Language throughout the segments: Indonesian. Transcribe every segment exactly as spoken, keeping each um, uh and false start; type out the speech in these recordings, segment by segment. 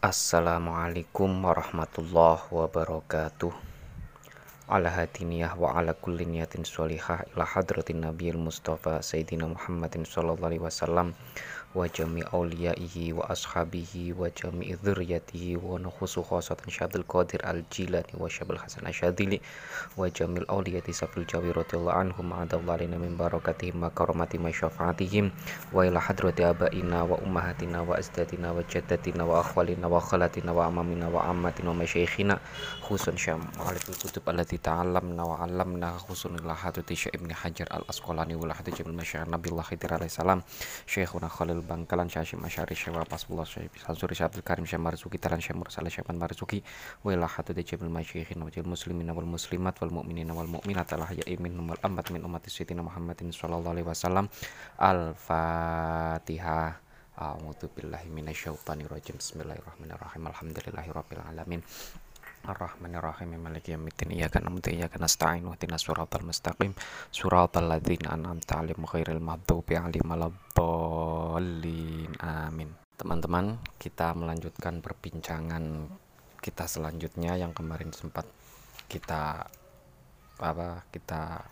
Assalamualaikum warahmatullahi wabarakatuh. Ala hadiniyah wa ala kulli niyatin sholihah ila hadratin nabiyil mustafa sayyidina Muhammadin sallallahu alaihi wasallam wa jami' awliyaihi wa ashabihi wa jami' dzurriyyatihi wa nukhusu khosatan Syaikhul Qadir al-Jilani wa Syaikhul Hasan Asyadili wa jamil awliyati safil jawi radhiyallahu anhum ma'adallalina min barakatihim wa karamati ma syafaatihim wa ila hadrati abaina wa ummahatina wa azdatina wa jaddatina wa akhwalina wa khalatina wa amamina wa ammatina wa masyaikhina khusun syam alaihi kutub allati ta'allamna wa 'allamna khusun ila hadrati Syekh Ibnu Hajar al-Asqalani wa hadrati Jamil Masyayikh Nabiullah Khidir alaihi salam Syekhuna Khalil Bangkalan Syekh Masyari Syekh Pasbullah Syekh Sansuri Syekh Abdul Karim Syekh Marzuki Taran Syekh Mursal Syekh Marzuki wa ila hadrati Jamil Masyayikhin wa Jamil muslimina wal muslimat wal mu'minina wal mu'minat al ahya'i minhum wal amwat min ummati sayyidina Muhammadin sallallahu alaihi wasallam. Al-Fatihah. A'udzu billahi minasyaitonir rajim. Bismillahirrahmanirrahim. Alhamdulillahirabbil alamin. Ar-Rahmanir-Rahim. Maliki yaumiddin. Iyyaka na'budu wa iyyaka nasta'in. Ihdinas siratal mustaqim. Siratal ladzina an'amta 'alaihim ghairil maghdubi 'alaihim waladdallin. Amin. Teman-teman, kita melanjutkan perbincangan kita selanjutnya yang kemarin sempat kita apa kita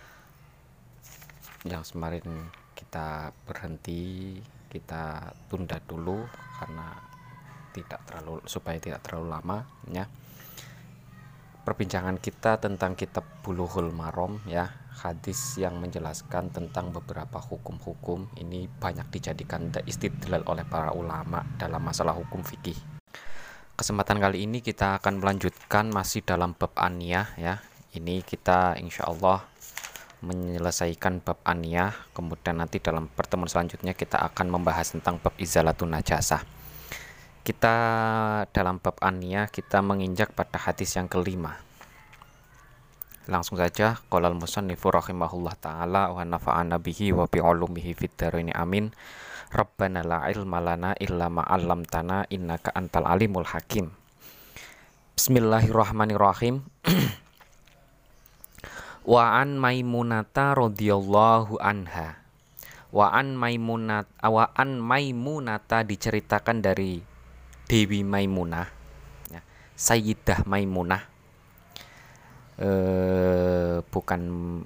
yang kemarin kita berhenti, kita tunda dulu karena tidak terlalu supaya tidak terlalu lama ya. Perbincangan kita tentang kitab Bulughul Maram ya, hadis yang menjelaskan tentang beberapa hukum-hukum ini banyak dijadikan istidlal oleh para ulama dalam masalah hukum fikih. Kesempatan kali ini kita akan melanjutkan masih dalam bab aniyah ya. Ini kita insya Allah menyelesaikan bab aniyah, kemudian nanti dalam pertemuan selanjutnya kita akan membahas tentang bab izalatun najasah. Kita dalam bab aniyah kita menginjak pada hadis yang kelima. Langsung saja, qalal musannifu rahimahullah taala wa nafa'ana bihi wa bi ulumihi fid dharain amin. Rabbana la ilma lana illa ma 'allamtana innaka antal alimul hakim. Bismillahirrahmanirrahim. Wa an Maimunata radhiyallahu anha. Wa an Maimunat wa an Maimunata diceritakan dari Dewi Maimunah ya, Sayyidah Maimunah, eh, bukan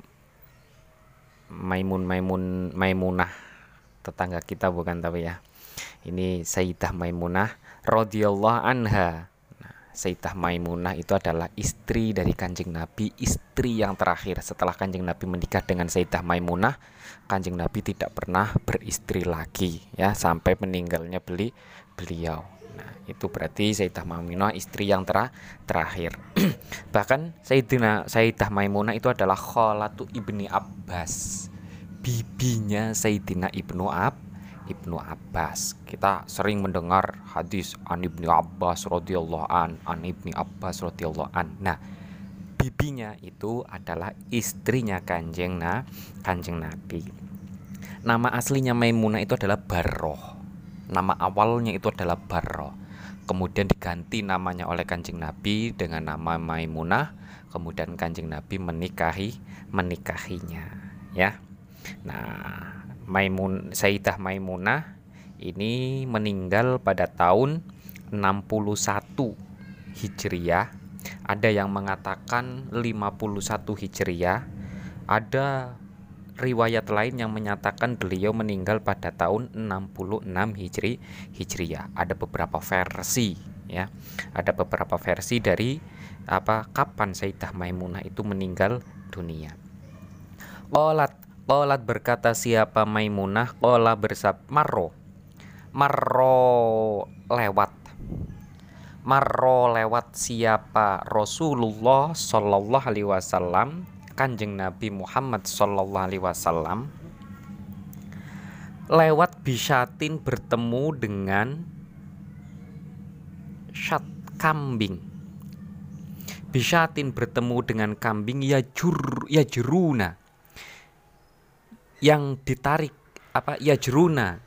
Maimun Maimun Maimunah tetangga kita, bukan, tapi ya ini Sayyidah Maimunah radhiyallahu anha. Nah, Sayyidah Maimunah itu adalah istri dari Kanjeng Nabi, istri yang terakhir setelah Kanjeng Nabi menikah dengan Sayyidah Maimunah. Kanjeng Nabi tidak pernah beristri lagi ya sampai meninggalnya beli beliau. Nah, itu berarti Sayyidah Maimunah istri yang ter terakhir. Bahkan Sayyidina Sayyidah Maimunah itu adalah khalatu Ibni Abbas, bibinya Sayyidina Ibnu Ab Ibnu Abbas. Kita sering mendengar hadis an Ibnu Abbas radhiyallahu an, an Ibni Abbas radhiyallahu an. Nah, bibinya itu adalah istrinya Kanjeng na Kanjeng Nabi. Nama aslinya Maimunah itu adalah Barroh. Nama awalnya itu adalah Barroh. Kemudian diganti namanya oleh Kanjeng Nabi dengan nama Maimunah. Kemudian Kanjeng Nabi menikahi menikahinya, ya. Nah, Maimun Sayyidah Maimunah ini meninggal pada tahun enam puluh satu Hijriah. Ada yang mengatakan lima puluh satu Hijriah. Ada riwayat lain yang menyatakan beliau meninggal pada tahun enam puluh enam Hijri Hijriah. Ada beberapa versi ya. Ada beberapa versi dari apa kapan Sayyidah Maimunah itu meninggal dunia. Qalat qalat berkata siapa Maimunah, qala bersab marro. Marro lewat. Marro lewat siapa Rasulullah sallallahu alaihi wasallam, Kanjeng Nabi Muhammad sallallahu alaihi wasallam, lewat bisyatin bertemu dengan syat kambing. Bisyatin bertemu dengan kambing ya jur ya jeruna, yang ditarik apa ya jeruna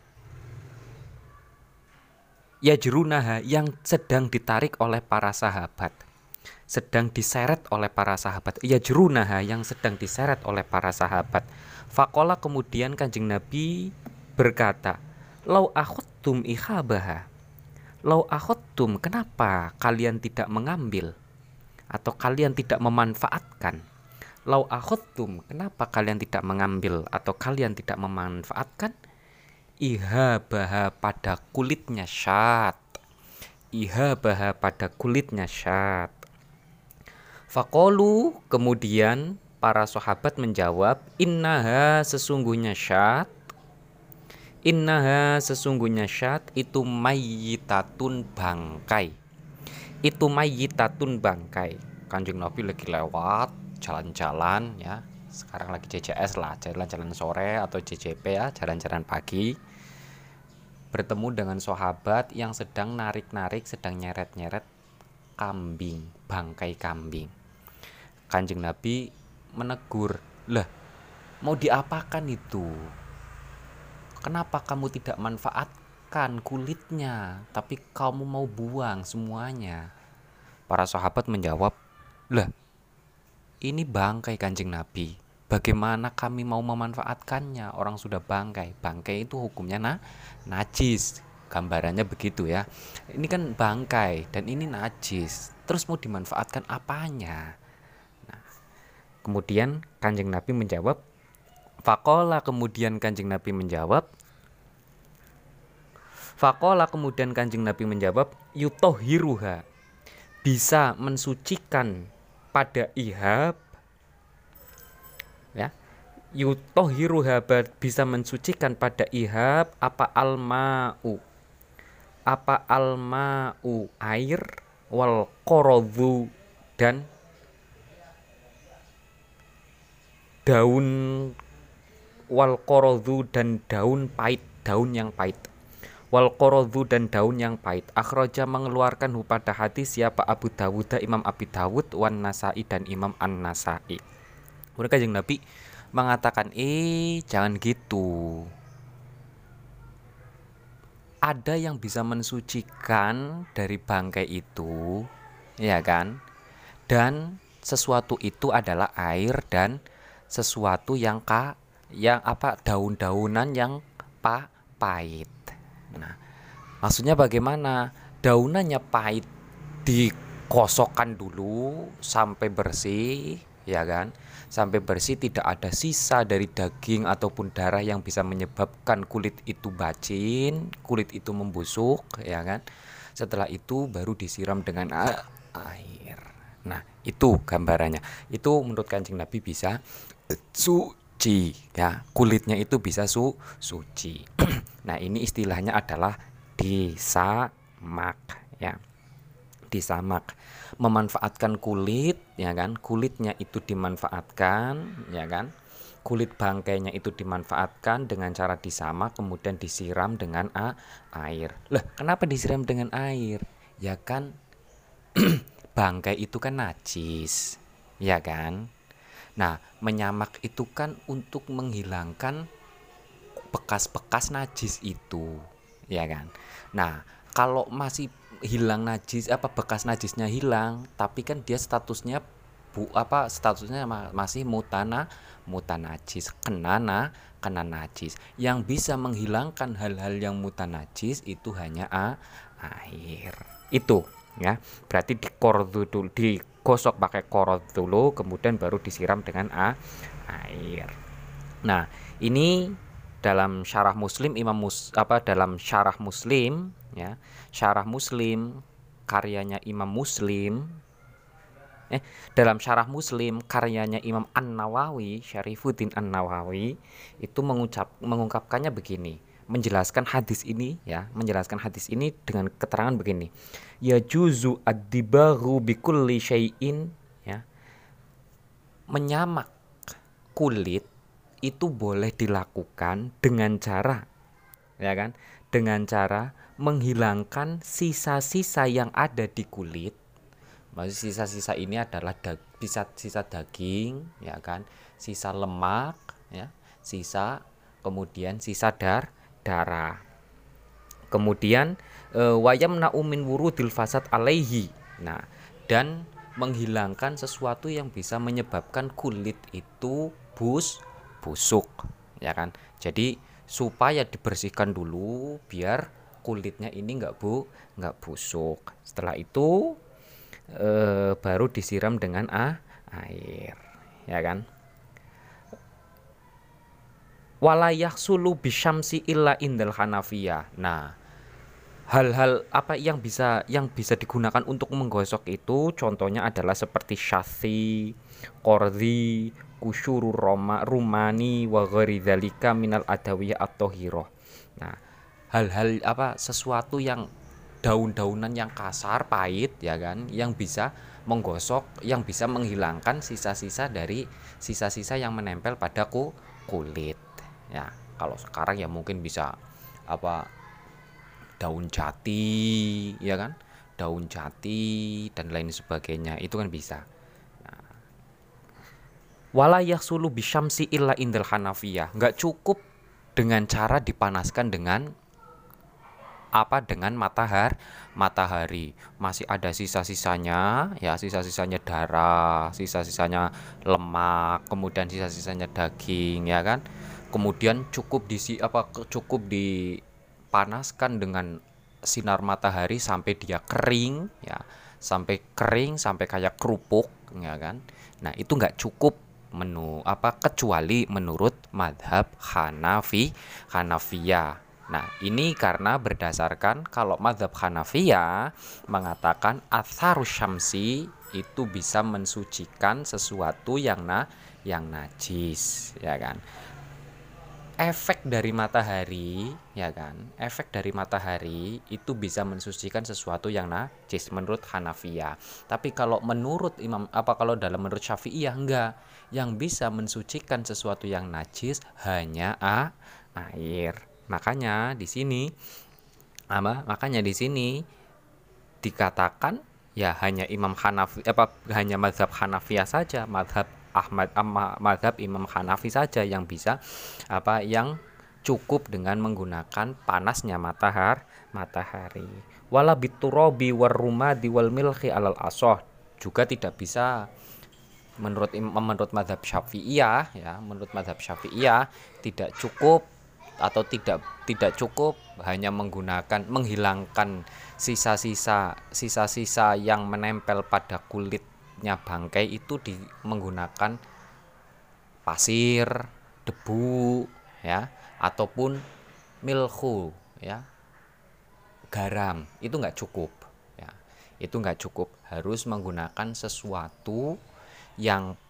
ya jerunaha yang sedang ditarik oleh para sahabat, sedang diseret oleh para sahabat. Ya jerunaha yang sedang diseret oleh para sahabat. Faqala kemudian Kanjeng Nabi berkata, lau akhudtum ikhabaha, Lau akhadtum, kenapa kalian tidak mengambil atau kalian tidak memanfaatkan? Lau akhadtum, kenapa kalian tidak mengambil atau kalian tidak memanfaatkan? Ihabaha, pada kulitnya syat. Ihabaha, pada kulitnya syat. Faqalu, kemudian para sahabat menjawab, innaha, sesungguhnya syat. Innaha, sesungguhnya syat itu mayyitatun, bangkai. Itu mayyitatun, bangkai. Kanjeng Nabi lagi lewat jalan-jalan ya. Sekarang lagi J J S lah, jalan-jalan sore atau J J P ya, jalan-jalan pagi. Bertemu dengan sahabat yang sedang narik-narik, sedang nyeret-nyeret kambing, bangkai kambing. Kanjeng Nabi menegur, "Lah, mau diapakan itu? Kenapa kamu tidak manfaatkan kulitnya, tapi kamu mau buang semuanya?" Para sahabat menjawab, "Lah, ini bangkai Kanjeng Nabi. Bagaimana kami mau memanfaatkannya? Orang sudah bangkai. Bangkai itu hukumnya na najis." Gambarannya begitu ya. Ini kan bangkai dan ini najis. Terus mau dimanfaatkan apanya? Nah, kemudian Kanjeng Nabi menjawab, Faqala, kemudian Kanjeng Nabi menjawab, Faqala, kemudian Kanjeng Nabi menjawab, yutohiruha, bisa mensucikan pada ihab, ya, yutohiruha, bisa mensucikan pada ihab, apa alma'u, apa alma'u, air, wal korodhu, dan daun, wal korodhu, dan daun pahit, daun yang pahit. Wal korodhu, dan daun yang pahit. Akhraja, mengeluarkan hu pada hadis siapa Abu Dawud, Imam Abi Dawud, wan Nasai, dan Imam An-Nasai. Mereka Kanjeng Nabi mengatakan, eh jangan gitu. Ada yang bisa mensucikan dari bangkai itu, ya kan? Dan sesuatu itu adalah air dan sesuatu yang ka, yang apa, daun-daunan yang pa, pahit. Nah, maksudnya bagaimana? Daunannya pahit, dikosokkan dulu sampai bersih, ya kan? Sampai bersih, tidak ada sisa dari daging ataupun darah yang bisa menyebabkan kulit itu bacin, kulit itu membusuk, ya kan? Setelah itu baru disiram dengan air. Nah, itu gambarannya. Itu menurut Kanjeng Nabi bisa suci, ya, kulitnya itu bisa su suci. Nah, ini istilahnya adalah disamak, ya, disamak, memanfaatkan kulit, ya kan, kulitnya itu dimanfaatkan, ya kan, kulit bangkainya itu dimanfaatkan dengan cara disamak, kemudian disiram dengan a air. Lah, kenapa disiram dengan air? Ya kan, bangkai itu kan najis, ya kan. Nah, menyamak itu kan untuk menghilangkan bekas-bekas najis itu, ya kan. Nah, kalau masih hilang najis, apa, bekas najisnya hilang, tapi kan dia statusnya bu apa statusnya masih mutana mutanajis, kena na, kena najis. Yang bisa menghilangkan hal-hal yang mutanajis itu hanya a, air. Itu, ya. Berarti dikordu dulu, digosok pakai korod dulu, kemudian baru disiram dengan a, air. Nah, ini dalam syarah Muslim Imam Mus, apa dalam syarah Muslim, ya, syarah Muslim karyanya Imam Muslim, eh dalam syarah Muslim karyanya Imam An-Nawawi, Syarifuddin An-Nawawi, itu mengucap mengungkapkannya begini, menjelaskan hadis ini, ya, menjelaskan hadis ini dengan keterangan begini. Ya juzu ad-dibaghu bikulli syai'in, ya. Menyamak kulit itu boleh dilakukan dengan cara, ya kan? Dengan cara menghilangkan sisa-sisa yang ada di kulit. Maksud sisa-sisa ini adalah dag, bisa sisa daging, ya kan? Sisa lemak, ya, sisa, kemudian sisa dar, darah. Kemudian wayamna umin wurudil fasad alaihi. Nah, dan menghilangkan sesuatu yang bisa menyebabkan kulit itu bus busuk, ya kan. Jadi supaya dibersihkan dulu biar kulitnya ini nggak bu nggak busuk. Setelah itu eh, baru disiram dengan ah, air, ya kan. Walayah sulu bisyamsi illa indal hanafiyah. Nah, hal-hal apa yang bisa yang bisa digunakan untuk menggosok itu contohnya adalah seperti syasi, kordi, kusyuru roma, rumani, wa ghairi dzalika minal adawiyah atau hiroh. Nah, hal-hal apa sesuatu yang daun-daunan yang kasar, pahit, ya kan, yang bisa menggosok, yang bisa menghilangkan sisa-sisa dari sisa-sisa yang menempel pada ku, kulit. Ya, kalau sekarang ya mungkin bisa apa daun jati, ya kan, daun jati dan lain sebagainya, itu kan bisa. Wala yahsulu bisyamsi illa indal hanafiyah, nggak cukup dengan cara dipanaskan dengan apa dengan matahari matahari masih ada sisa-sisanya, ya, sisa-sisanya darah, sisa-sisanya lemak, kemudian sisa-sisanya daging, ya kan, kemudian cukup disi apa cukup dipanaskan dengan sinar matahari sampai dia kering, ya, sampai kering sampai kayak kerupuk, ya kan. Nah, itu nggak cukup menu apa kecuali menurut madhab Hanafi Hanafiyah. Nah, ini karena berdasarkan kalau mazhab Hanafiyah mengatakan atharus syamsi itu bisa mensucikan sesuatu yang na yang najis, ya kan. Efek dari matahari, ya kan, efek dari matahari itu bisa mensucikan sesuatu yang najis menurut Hanafiyah. Tapi kalau menurut Imam apa kalau dalam menurut Syafi'iyah enggak, yang bisa mensucikan sesuatu yang najis hanya a, air. Makanya di sini apa? Makanya di sini dikatakan ya hanya Imam Hanafi apa hanya mazhab Hanafiyah saja, mazhab Ahmad amma, mazhab Imam Hanafi saja yang bisa apa yang cukup dengan menggunakan panasnya matahari matahari. Wala biturabi warrumadi wal milhi alal asoh, juga tidak bisa menurut menurut mazhab Syafi'iyah, ya, menurut mazhab Syafi'iyah tidak cukup atau tidak tidak cukup hanya menggunakan menghilangkan sisa-sisa sisa-sisa yang menempel pada kulitnya bangkai itu di menggunakan pasir, debu, ya, ataupun milhu, ya, garam, itu nggak cukup, ya, itu nggak cukup, harus menggunakan sesuatu yang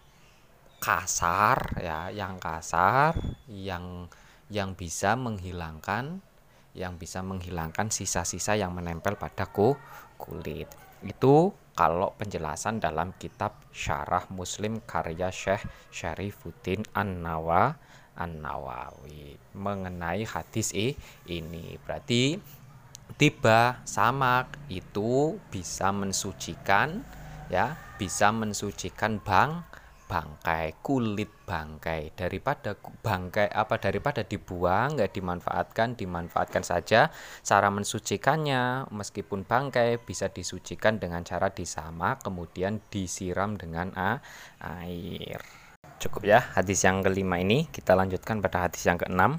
kasar, ya, yang kasar, yang yang bisa menghilangkan yang bisa menghilangkan sisa-sisa yang menempel pada kulit. Itu kalau penjelasan dalam kitab Syarah Muslim karya Syekh Syarifuddin An-Nawa An-Nawawi mengenai hadis ini. Berarti tiba samak itu bisa mensucikan, ya, bisa mensucikan bang bangkai, kulit bangkai, daripada bangkai apa daripada dibuang, nggak dimanfaatkan, dimanfaatkan saja. Cara mensucikannya meskipun bangkai bisa disucikan dengan cara disamak kemudian disiram dengan a, air. Cukup ya hadis yang kelima ini, kita lanjutkan pada hadis yang keenam.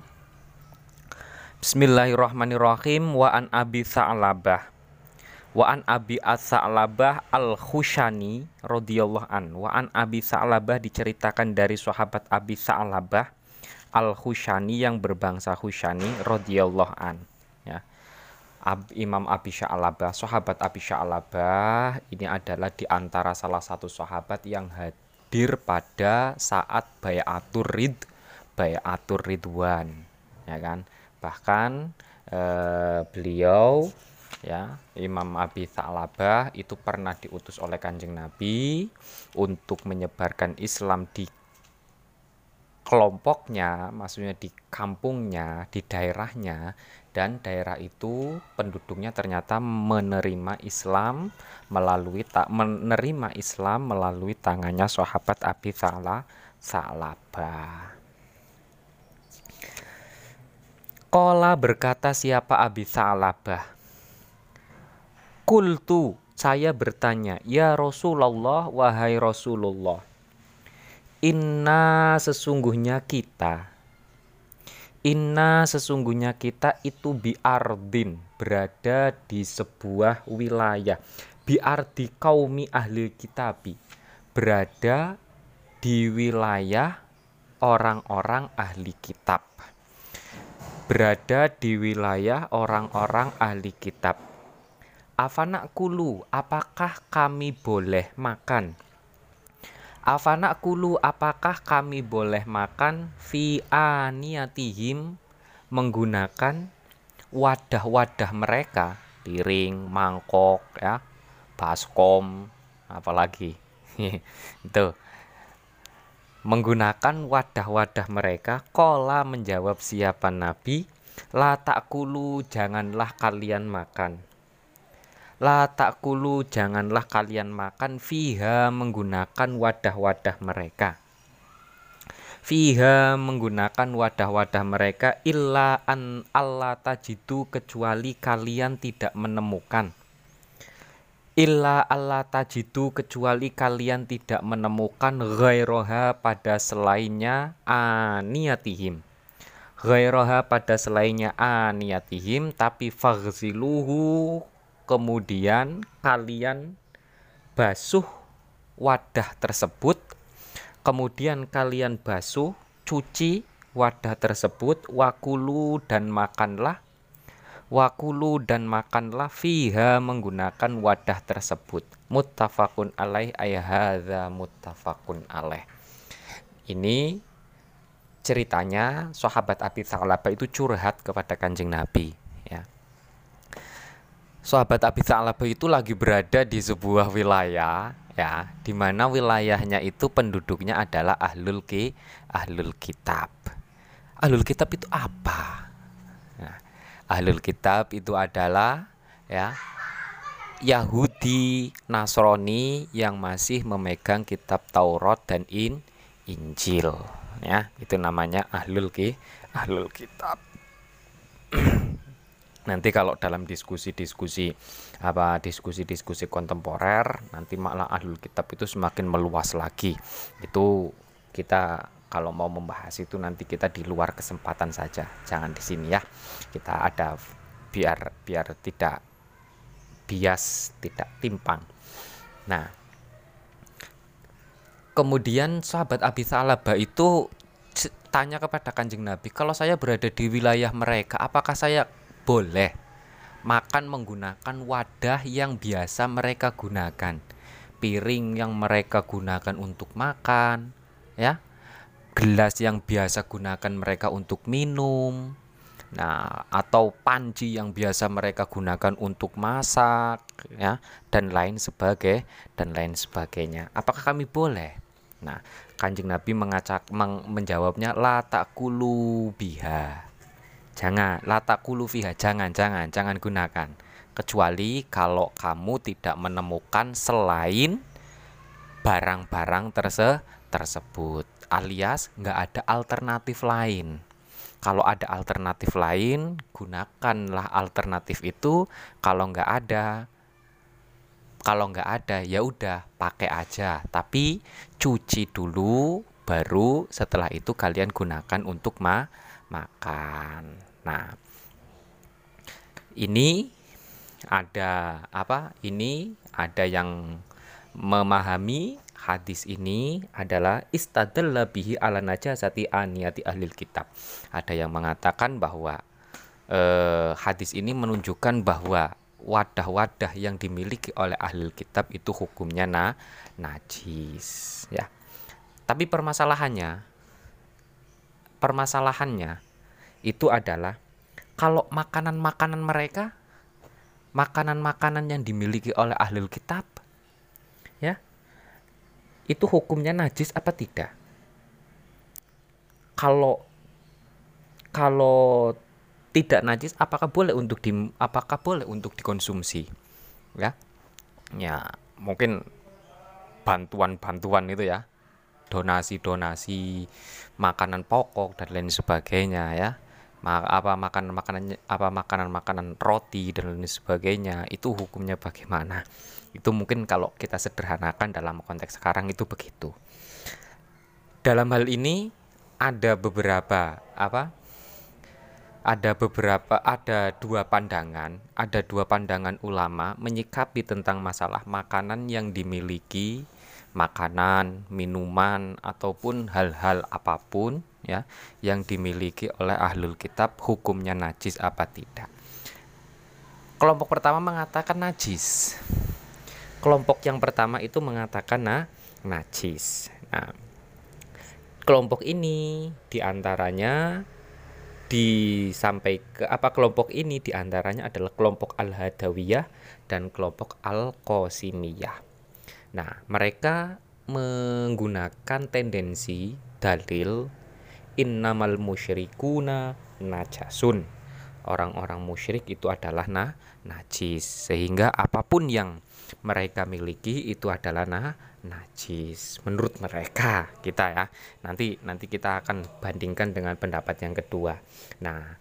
Bismillahirrahmanirrahim. Wa an Abi Sa'labah Wa an Abi As-Sa'labah Al-Khushani radhiyallahu an. Wa an Abi Sa'labah diceritakan dari sahabat Abi Sa'labah Al-Khushani yang berbangsa Khushani radhiyallahu an, ya. Ab, Imam Abi Sa'labah, sahabat Abi Sa'labah ini adalah di antara salah satu sahabat yang hadir pada saat Bai'atur Rid Bai'atur Ridwan, ya kan. Bahkan eh, beliau, ya, Imam Abi Sa'labah itu pernah diutus oleh Kanjeng Nabi untuk menyebarkan Islam di kelompoknya, maksudnya di kampungnya, di daerahnya, dan daerah itu penduduknya ternyata menerima Islam melalui tak menerima Islam melalui tangannya sahabat Abi Sa'labah. Qala berkata siapa Abi Sa'labah? Kultu, saya bertanya, ya Rasulullah, wahai Rasulullah, inna sesungguhnya kita, Inna sesungguhnya kita itu biardin, berada di sebuah wilayah. Biardi kaumi ahli kitabi, berada di wilayah orang-orang ahli kitab. Berada di wilayah orang-orang ahli kitab. Afanak kulu, apakah kami boleh makan? Afanak kulu, apakah kami boleh makan fi aniyatihim, menggunakan wadah-wadah mereka, piring, mangkok, ya, baskom, apalagi itu, menggunakan wadah-wadah mereka. Qala, menjawab siapa Nabi, la ta'kulu, janganlah kalian makan. La ta'kulu, janganlah kalian makan fiha, menggunakan wadah-wadah mereka. Fiha, menggunakan wadah-wadah mereka, illa an alla tajidu, kecuali kalian tidak menemukan. Illa alla tajidu, kecuali kalian tidak menemukan ghairaha, pada selainnya aniyatihim. Ghairaha, pada selainnya aniyatihim, tapi faghziluhu, kemudian kalian basuh wadah tersebut, kemudian kalian basuh, cuci wadah tersebut, wakulu, dan makanlah, wakulu, dan makanlah fiha, menggunakan wadah tersebut. Muttafaqun alaih, ay hadza muttafaqun alaih. Ini ceritanya sahabat Abi Tha'labah itu curhat kepada Kanjeng Nabi, ya. Sahabat Abi Tha'labah itu lagi berada di sebuah wilayah, ya, di mana wilayahnya itu penduduknya adalah ahlul ki, ahlul kitab. Ahlul kitab itu apa? Nah, ahlul kitab itu adalah, ya, Yahudi, Nasrani yang masih memegang kitab Taurat dan in, Injil, ya, itu namanya ahlul ki, ahlul kitab. Nanti kalau dalam diskusi-diskusi apa diskusi-diskusi kontemporer, nanti malah ahlul kitab itu semakin meluas lagi. Itu kita kalau mau membahas itu nanti kita di luar kesempatan saja, jangan di sini ya. Kita ada biar biar tidak bias, tidak timpang. Nah, kemudian sahabat Abi Tha'labah itu tanya kepada Kanjeng Nabi, kalau saya berada di wilayah mereka, apakah saya boleh makan menggunakan wadah yang biasa mereka gunakan, piring yang mereka gunakan untuk makan, ya, gelas yang biasa gunakan mereka untuk minum, nah, atau panci yang biasa mereka gunakan untuk masak, ya, dan lain sebagai dan lain sebagainya. Apakah kami boleh? Nah, Kanjeng Nabi mengacak, meng, menjawabnya, la ta'kulu biha. Jangan, la ta'kulu fiha, jangan, jangan, jangan gunakan. Kecuali kalau kamu tidak menemukan selain barang-barang terse tersebut, alias nggak ada alternatif lain. Kalau ada alternatif lain, gunakanlah alternatif itu. Kalau nggak ada, kalau nggak ada ya udah pakai aja. Tapi cuci dulu, baru setelah itu kalian gunakan untuk ma makan. Nah, ini ada apa? Ini ada yang memahami hadis ini adalah istadalla bihi ala najasati aniyati ahlil kitab. Ada yang mengatakan bahwa eh, hadis ini menunjukkan bahwa wadah-wadah yang dimiliki oleh ahlul kitab itu hukumnya na najis, ya. Tapi permasalahannya permasalahannya itu adalah kalau makanan-makanan mereka, makanan-makanan yang dimiliki oleh ahlul kitab, ya, itu hukumnya najis apa tidak? Kalau kalau tidak najis, apakah boleh untuk di apakah boleh untuk dikonsumsi, ya? Ya, mungkin bantuan-bantuan itu ya, donasi-donasi makanan pokok dan lain sebagainya, ya. Ma apa makanan makanan apa makanan-makanan roti dan lain sebagainya, itu hukumnya bagaimana? Itu mungkin kalau kita sederhanakan dalam konteks sekarang itu begitu. Dalam hal ini ada beberapa apa ada beberapa ada dua pandangan, ada dua pandangan ulama menyikapi tentang masalah makanan yang dimiliki, makanan, minuman ataupun hal-hal apapun ya yang dimiliki oleh ahlul kitab hukumnya najis apa tidak. Kelompok pertama mengatakan najis. Kelompok yang pertama itu mengatakan nah, najis. Nah, kelompok ini diantaranya disampai ke apa kelompok ini diantaranya adalah kelompok Al-Hadawiyah dan kelompok Al-Qasimiyah. Nah, mereka menggunakan tendensi dalil innamal musyrikuna najasun. Orang-orang musyrik itu adalah nah, najis, sehingga apapun yang mereka miliki itu adalah nah, najis menurut mereka. Kita ya nanti nanti kita akan bandingkan dengan pendapat yang kedua. Nah,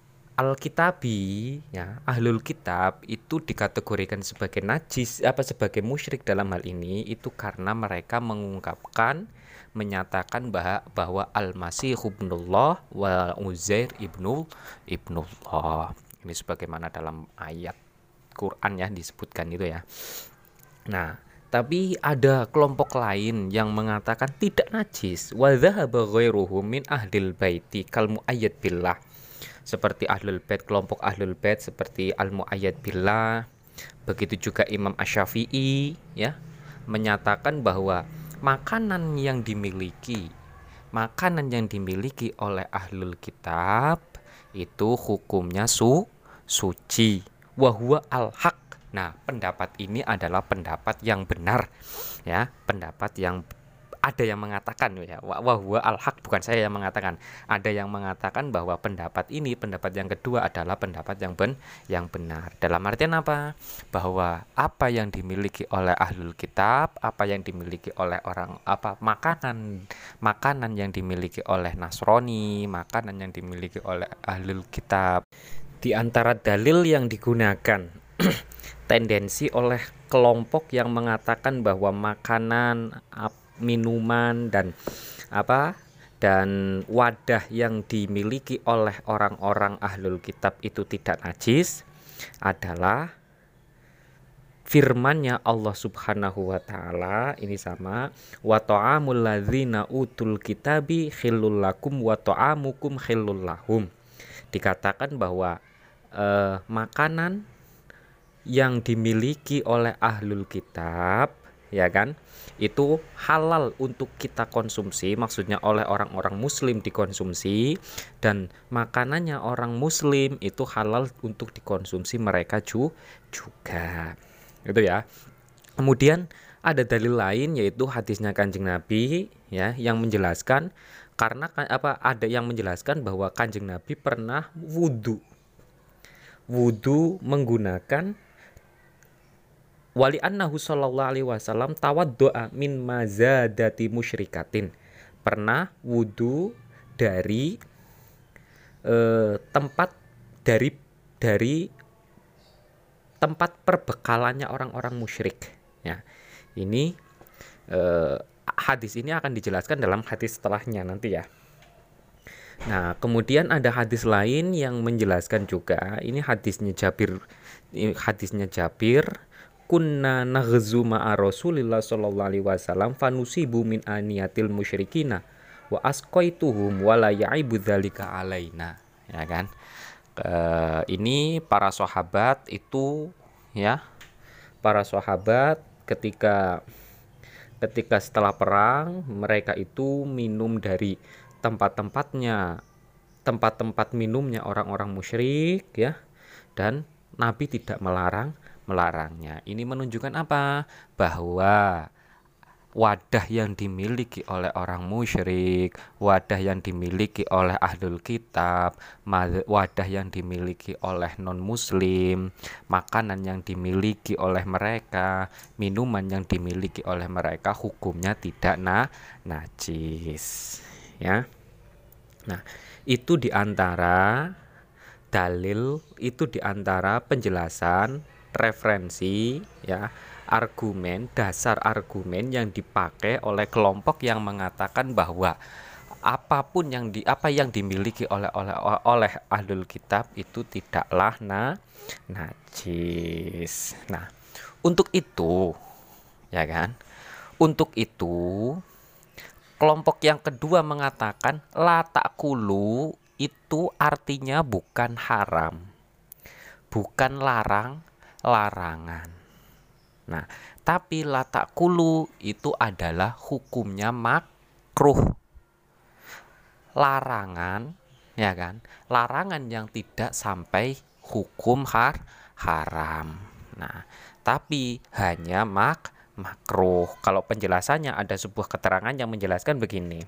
Alkitabi ya ahlul kitab itu dikategorikan sebagai najis apa sebagai musyrik dalam hal ini itu karena mereka mengungkapkan menyatakan bahwa, bahwa Al-Masih ibnullah wa Uzair ibnu ibnullah. Ini sebagaimana dalam ayat Quran ya disebutkan itu ya. Nah, tapi ada kelompok lain yang mengatakan tidak najis. Wa dzahaba ghairuhum min ahlil baiti kal muayyad billah. Seperti ahlul bait, kelompok ahlul bait seperti al muayyad billah. Begitu juga Imam Asy-Syafi'i ya menyatakan bahwa makanan yang dimiliki makanan yang dimiliki oleh ahlul kitab itu hukumnya su suci wa huwa al-haq. Nah, pendapat ini adalah pendapat yang benar ya, pendapat yang ada yang mengatakan ya wa huwa al-haq, bukan saya yang mengatakan. Ada yang mengatakan bahwa pendapat ini, pendapat yang kedua adalah pendapat yang ben yang benar. Dalam artian apa? Bahwa apa yang dimiliki oleh ahlul kitab, apa yang dimiliki oleh orang apa makanan makanan yang dimiliki oleh Nasrani, makanan yang dimiliki oleh ahlul kitab, di antara dalil yang digunakan tendensi oleh kelompok yang mengatakan bahwa makanan, minuman dan apa dan wadah yang dimiliki oleh orang-orang ahlul kitab itu tidak najis adalah firman-Nya Allah Subhanahu wa taala. Ini sama wa ta'amul ladzina utul kitabi khillul lakum wa ta'amukum khillul lahum. Dikatakan bahwa eh, makanan yang dimiliki oleh ahlul kitab ya kan itu halal untuk kita konsumsi, maksudnya oleh orang-orang muslim dikonsumsi, dan makanannya orang muslim itu halal untuk dikonsumsi mereka ju juga itu ya. Kemudian ada dalil lain yaitu hadisnya Kanjeng Nabi ya yang menjelaskan karena apa ada yang menjelaskan bahwa Kanjeng Nabi pernah wudu wudu menggunakan wali annahu sallallahu alaihi wasallam tawaddoa min mazadati musyrikatin, pernah wudu dari eh, tempat dari dari tempat perbekalannya orang-orang musyrik ya. Ini eh, hadis ini akan dijelaskan dalam hadis setelahnya nanti ya. Nah, kemudian ada hadis lain yang menjelaskan juga, ini hadisnya Jabir ini hadisnya Jabir kunna naghzu ma'a Rasulillah sallallahu alaihi wasallam fanusibu min aniyatil musyrikina wa asqaituhum wa la ya'ibu dzalika alaina ya kan. E, ini para sahabat itu ya para sahabat ketika ketika setelah perang mereka itu minum dari tempat-tempatnya tempat-tempat minumnya orang-orang musyrik ya, dan Nabi tidak melarang melarangnya. Ini menunjukkan apa? Bahwa wadah yang dimiliki oleh orang musyrik, wadah yang dimiliki oleh ahlul kitab, wadah yang dimiliki oleh non muslim, makanan yang dimiliki oleh mereka, minuman yang dimiliki oleh mereka hukumnya tidak na najis ya. Nah, itu diantara dalil, itu diantara penjelasan referensi ya, argumen, dasar argumen yang dipakai oleh kelompok yang mengatakan bahwa apapun yang di apa yang dimiliki oleh oleh oleh ahlul kitab itu tidaklah na najis. Nah, untuk itu ya kan? Untuk itu kelompok yang kedua mengatakan la ta'kulu itu artinya bukan haram, bukan larang, larangan. Nah, tapi la ta'kulu itu adalah hukumnya makruh. Larangan, ya kan? Larangan yang tidak sampai hukum har haram. Nah, tapi hanya mak makruh. Kalau penjelasannya ada sebuah keterangan yang menjelaskan begini.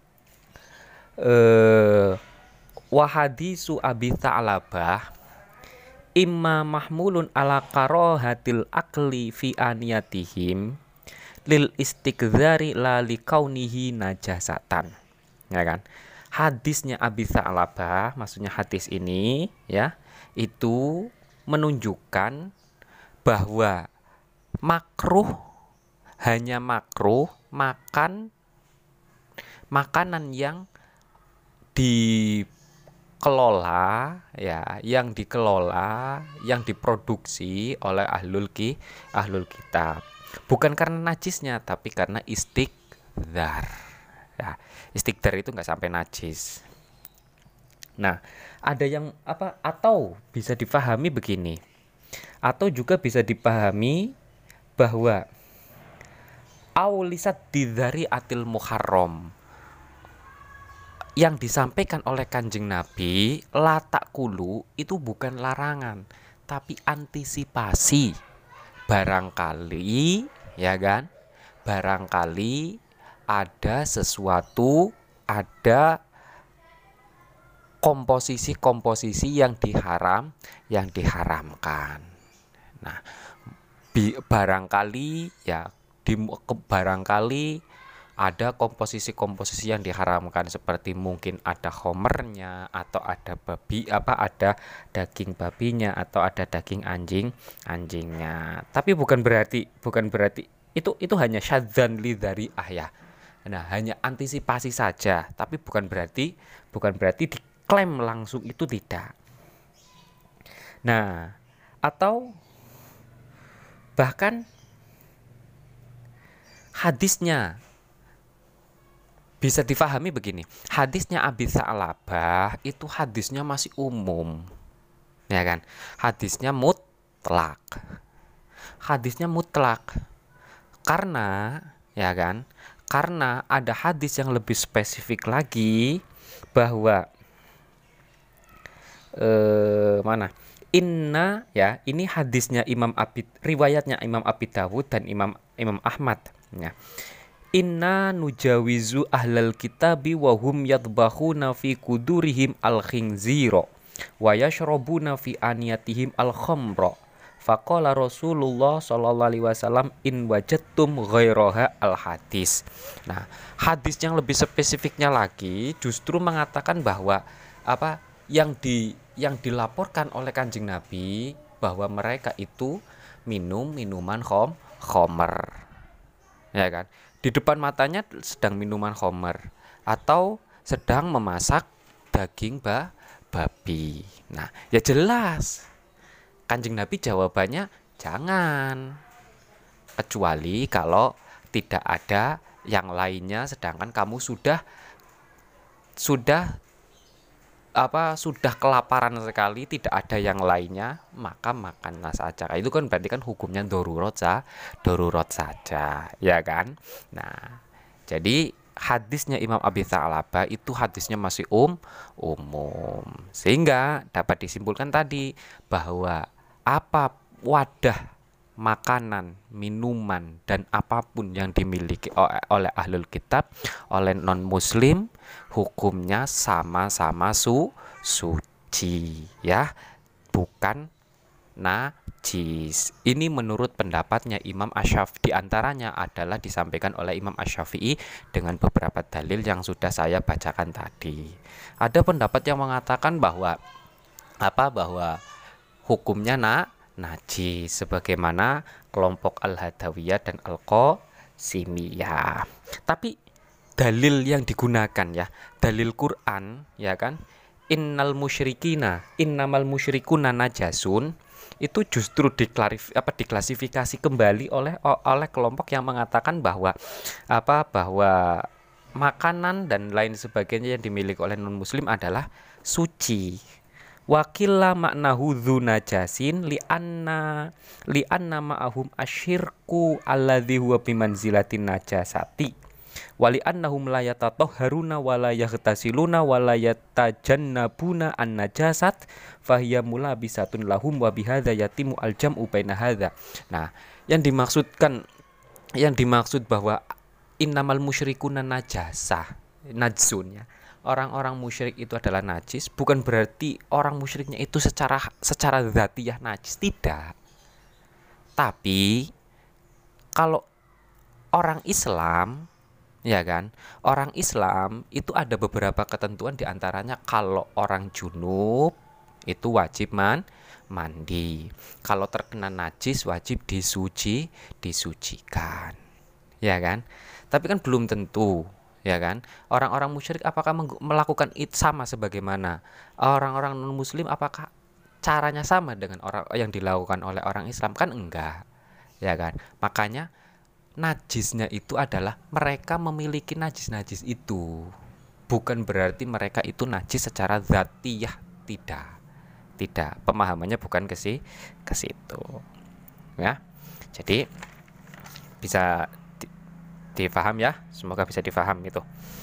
Eh Wahadisu Abi Tha'labah imma mahmulun ala karohatil akli fi aniyatihim lil istikdzari la likaunihi najasatan. Ya kan? Hadisnya Abi Tha'labah, maksudnya hadis ini ya, itu menunjukkan bahwa makruh, hanya makruh makan makanan yang dikelola ya, yang dikelola, yang diproduksi oleh ahlul ki ahlul kitab. Bukan karena najisnya, tapi karena istikdzar. Ya, istikdar itu nggak sampai najis. Nah, ada yang apa? Atau bisa dipahami begini, atau juga bisa dipahami bahwa aulisat didari atil muharram, yang disampaikan oleh Kanjeng Nabi la ta'kulu itu bukan larangan, tapi antisipasi. Barangkali ya kan? Barangkali ada sesuatu, ada komposisi-komposisi yang diharam, yang diharamkan. Nah, bi, barangkali ya di, barangkali ada komposisi-komposisi yang diharamkan, seperti mungkin ada homernya, atau ada babi apa ada daging babinya, atau ada daging anjing anjingnya. Tapi bukan berarti bukan berarti itu itu hanya syadzan lidzari'ah ya. Nah, hanya antisipasi saja, tapi bukan berarti bukan berarti diklaim langsung, itu tidak. Nah, atau bahkan hadisnya bisa difahami begini. Hadisnya Abi Tha'labah itu hadisnya masih umum. Ya kan? Hadisnya mutlak. Hadisnya mutlak. Karena ya kan? Karena ada hadis yang lebih spesifik lagi bahwa eh, mana? Inna ya, ini hadisnya Imam Abi, riwayatnya Imam Abi Dawud dan Imam Imam Ahmad ya. Inna nujawizu ahlal kitabi wa hum yadbahuna fi kudurihim al-khinzira wa yashrabuna fi aniyatihim al-khamra. Faqala Rasulullah sallallahu alaihi wasallam in wajadtum ghairaha al-hadis. Nah, hadis yang lebih spesifiknya lagi justru mengatakan bahwa apa yang di yang dilaporkan oleh Kanjeng Nabi bahwa mereka itu minum minuman khom khomer. Ya kan? Di depan matanya sedang minuman khomer atau sedang memasak daging ba babi. Nah, ya jelas Kanjeng Nabi jawabannya jangan, kecuali kalau tidak ada yang lainnya, sedangkan kamu sudah sudah apa sudah kelaparan sekali, tidak ada yang lainnya, maka makanlah saja. Itu kan berarti kan hukumnya darurat saja, darurat saja, ya kan? Nah, jadi hadisnya Imam Abi Tha'labah itu hadisnya masih um umum, sehingga dapat disimpulkan tadi bahwa apa wadah makanan, minuman, dan apapun yang dimiliki oleh ahlul kitab, oleh non muslim, hukumnya sama-sama su suci ya, bukan najis. Ini menurut pendapatnya Imam Asy-Syafi'i, diantaranya adalah disampaikan oleh Imam Asy-Syafi'i dengan beberapa dalil yang sudah saya bacakan tadi. Ada pendapat yang mengatakan bahwa apa bahwa hukumnya na najis, sebagaimana kelompok Al-Hadawiyah dan Al-Qasimiyah. Tapi dalil yang digunakan ya, dalil Quran ya kan, innal musyrikina innamal musyrikuna najasun, itu justru diklarif apa diklasifikasi kembali oleh oleh kelompok yang mengatakan bahwa apa bahwa makanan dan lain sebagainya yang dimiliki oleh non muslim adalah suci. Wakilla maknahu dzu najasin li anna li anna ma'ahum asyirku alladzi huwa bimanzilatin najasati wali annahum la yatatahharuna wa la yaghtasiluna wa la yatajannabuna an najasat fahiya mulabisatun lahum wa bihadza yatimu al jam'u baina hadza. Nah, yang dimaksudkan yang dimaksud bahwa innamal musyrikuna najasah najsun ya, orang-orang musyrik itu adalah najis, bukan berarti orang musyriknya itu secara secara dzatiyah najis, tidak. Tapi kalau orang Islam ya kan, orang Islam itu ada beberapa ketentuan, diantaranya kalau orang junub itu wajib man mandi, kalau terkena najis wajib disuci disucikan ya kan. Tapi kan belum tentu ya kan, orang-orang musyrik apakah melakukan itu sama sebagaimana orang-orang non muslim, apakah caranya sama dengan orang yang dilakukan oleh orang Islam, kan enggak ya kan. Makanya najisnya itu adalah mereka memiliki najis-najis itu, bukan berarti mereka itu najis secara dzatiyah, tidak tidak pemahamannya bukan ke si ke situ ya. Jadi bisa difaham ya, semoga bisa difaham itu.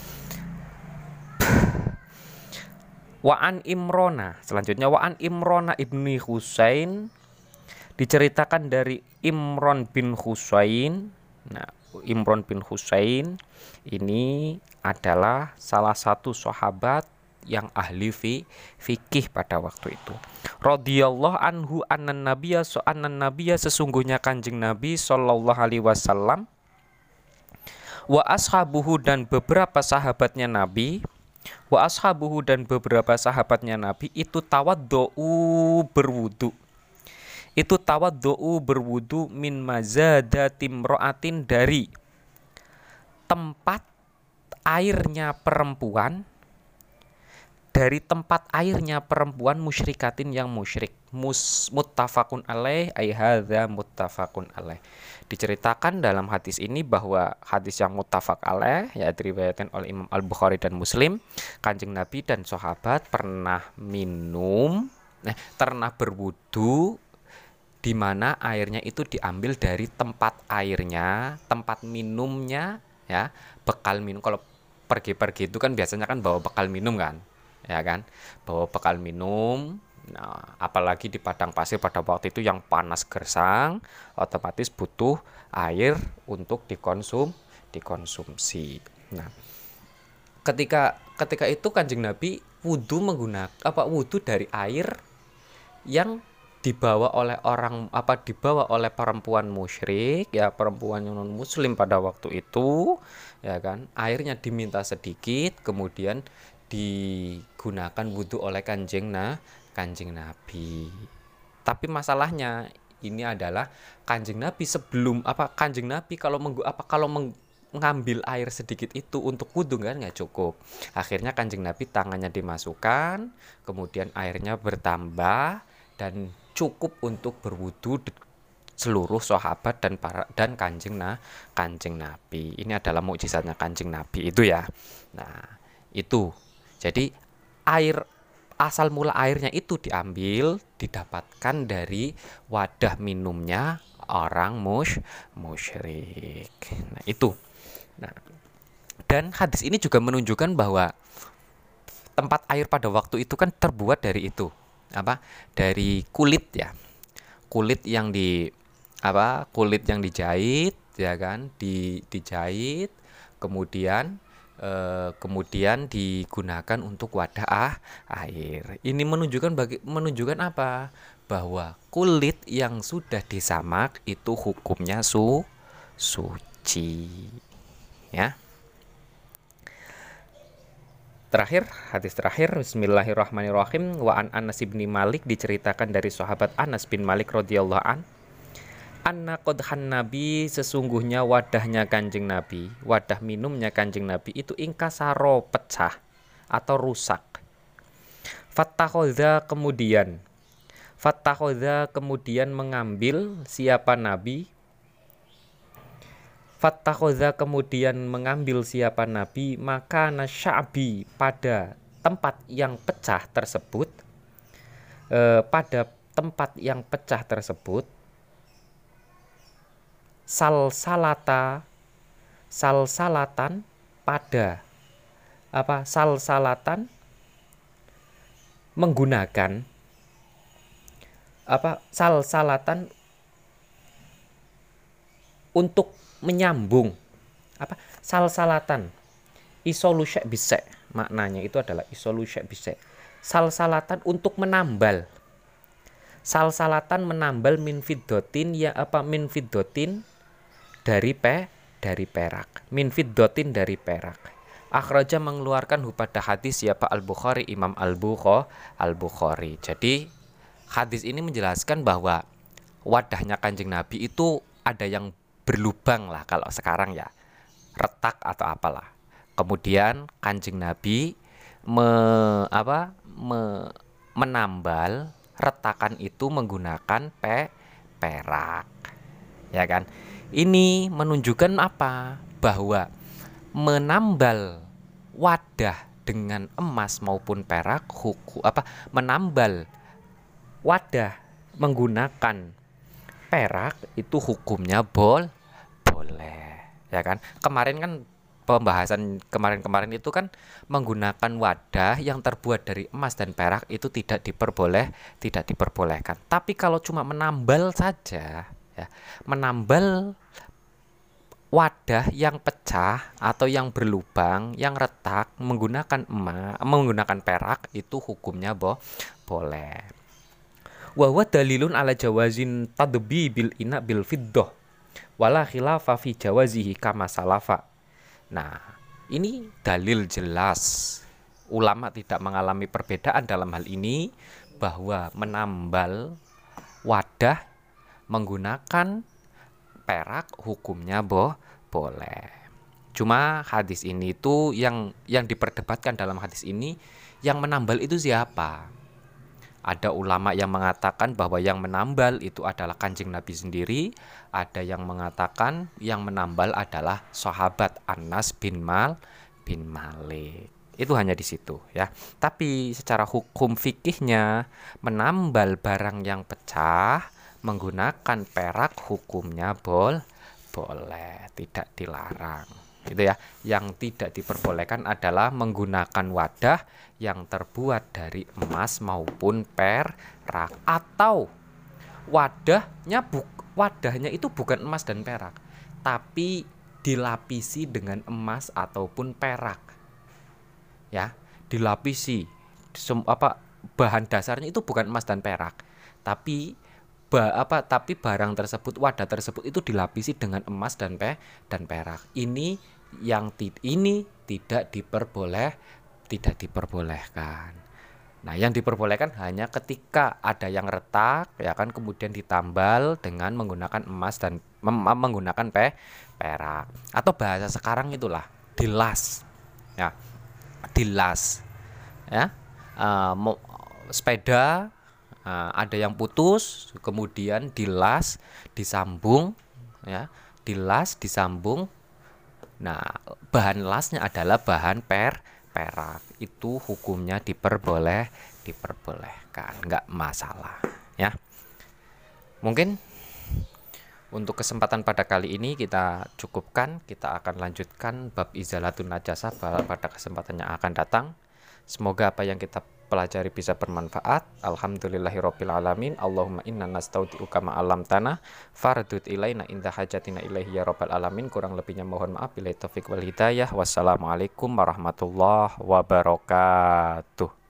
Wa'an Imrona, selanjutnya Wa'an Imrona ibni Husain, diceritakan dari Imron bin Husain. Nah, Imron bin Husain ini adalah salah satu sahabat yang ahli fi, fikih pada waktu itu. Radhiyallahu anhu annan nabiyya so annan nabiyya, sesungguhnya Kanjeng Nabi sallallahu alaihi wasallam, wa ashabuhu, dan beberapa sahabatnya Nabi, wa ashabuhu, dan beberapa sahabatnya Nabi itu tawaddu'u, berwudu. Itu tawaddu'u, berwudu, min mazadatim ro'atin, dari tempat airnya perempuan, dari tempat airnya perempuan musyrikatin yang musyrik. Mus muttafaqun alaih, ai hadza muttafaqun alaih. Diceritakan dalam hadis ini bahwa hadis yang muttafaq alaih, ya diriwayatkan oleh Imam Al-Bukhari dan Muslim, Kanjeng Nabi dan sahabat pernah minum, eh, pernah berwudu, di mana airnya itu diambil dari tempat airnya, tempat minumnya ya, bekal minum. Kalau pergi-pergi itu kan biasanya kan bawa bekal minum kan, ya kan, bawa bekal minum. Nah, apalagi di padang pasir pada waktu itu yang panas gersang, otomatis butuh air untuk dikonsum, dikonsumsi. Nah, ketika ketika itu Kanjeng Nabi wudu menggunakan apa wudu dari air yang dibawa oleh orang apa dibawa oleh perempuan musyrik ya, perempuan non muslim pada waktu itu ya kan. Airnya diminta sedikit, kemudian digunakan wudu oleh kanjeng nah kanjeng Nabi. Tapi masalahnya ini adalah kanjeng Nabi sebelum apa kanjeng Nabi kalau menggu, apa kalau meng, mengambil air sedikit itu untuk wudu kan nggak cukup. Akhirnya kanjeng Nabi tangannya dimasukkan, kemudian airnya bertambah dan cukup untuk berwudu seluruh sahabat dan para dan kanjeng nah kanjeng Nabi. Ini adalah mukjizatnya kanjeng Nabi itu ya. Nah itu jadi air asal mula airnya itu diambil didapatkan dari wadah minumnya orang mush musyrik. Nah itu. Nah dan hadis ini juga menunjukkan bahwa tempat air pada waktu itu kan terbuat dari itu apa dari kulit ya, kulit yang di apa kulit yang dijahit ya kan, di dijahit kemudian eh, kemudian digunakan untuk wadah ah, air. Ini menunjukkan bagi menunjukkan apa, bahwa kulit yang sudah disamak itu hukumnya su suci ya. Terakhir, hadis terakhir, bismillahirrahmanirrahim. Wa an Anas bin Malik, diceritakan dari sahabat Anas bin Malik radhiyallahu an. Anna qodhan Nabi, sesungguhnya wadahnya Kanjeng Nabi, wadah minumnya Kanjeng Nabi itu ingkasaro, pecah atau rusak. Fattakhadha kemudian Fattakhadha kemudian mengambil siapa Nabi Fattakhadha kemudian mengambil siapa Nabi maka nasya'bi, pada tempat yang pecah tersebut eh, pada tempat yang pecah tersebut salsalata salsalatan pada apa salsalatan menggunakan apa salsalatan untuk menyambung apa salsalatan isolu syek bisek, maknanya itu adalah isolu syek bisek, salsalatan untuk menambal, salsalatan menambal min fiddotin, ya apa min fiddotin dari pe dari perak, min fiddotin dari perak. Akhraja mengeluarkan pada hadis siapa Al-Bukhari, Imam Al-Bukhari Al-Bukhari. Jadi hadis ini menjelaskan bahwa wadahnya Kanjeng Nabi itu ada yang berlubang lah kalau sekarang ya, retak atau apalah. Kemudian Kanjeng Nabi me, apa, me, menambal retakan itu menggunakan pe, perak, ya kan? Ini menunjukkan apa? Bahwa menambal wadah dengan emas maupun perak, hukum apa? Menambal wadah menggunakan perak itu hukumnya bol boleh, ya kan? Kemarin kan pembahasan kemarin-kemarin itu kan menggunakan wadah yang terbuat dari emas dan perak itu tidak diperboleh, tidak diperbolehkan. Tapi kalau cuma menambal saja, ya, menambal wadah yang pecah atau yang berlubang, yang retak menggunakan emas, menggunakan perak itu hukumnya bo boleh. Wa huwa dalilun ala jawazin tadbi bil ina bil fiddah wala khilafa fi jawazihi kama salafa. Nah, ini dalil jelas. Ulama tidak mengalami perbedaan dalam hal ini bahwa menambal wadah menggunakan perak hukumnya boh boleh. Cuma hadis ini itu yang yang diperdebatkan dalam hadis ini, yang menambal itu siapa? Ada ulama yang mengatakan bahwa yang menambal itu adalah Kanjeng Nabi sendiri. Ada yang mengatakan yang menambal adalah sahabat Anas bin Mal bin Malik. Itu hanya di situ ya. Tapi secara hukum fikihnya, menambal barang yang pecah menggunakan perak hukumnya bol boleh, tidak dilarang. Gitu ya. Yang tidak diperbolehkan adalah menggunakan wadah yang terbuat dari emas maupun perak, atau wadahnya buk wadahnya itu bukan emas dan perak, tapi dilapisi dengan emas ataupun perak. Ya, dilapisi sem, apa bahan dasarnya itu bukan emas dan perak, tapi ba, apa tapi barang tersebut, wadah tersebut itu dilapisi dengan emas dan pe dan perak. Ini yang ti, ini tidak diperboleh, tidak diperbolehkan. Nah, yang diperbolehkan hanya ketika ada yang retak, ya kan, kemudian ditambal dengan menggunakan emas dan mem, menggunakan pe, perak. Atau bahasa sekarang itulah dilas, ya, dilas, ya, uh, mo, sepeda uh, ada yang putus, kemudian dilas, disambung, ya, dilas, disambung. Nah, bahan lasnya adalah bahan per perak, itu hukumnya diperboleh diperbolehkan, nggak masalah ya. Mungkin untuk kesempatan pada kali ini kita cukupkan, kita akan lanjutkan bab izalatun najasah pada kesempatan yang akan datang. Semoga apa yang kita pelajari bisa bermanfaat. Alhamdulillahirabbil alamin. Allahumma inna nastaudiuka ma 'allamtana fardud ilaina inda hajatina ilaihi ya rabbal alamin. Kurang lebihnya mohon maaf. Billahi taufik wal hidayah. Wassalamualaikum warahmatullahi wabarakatuh.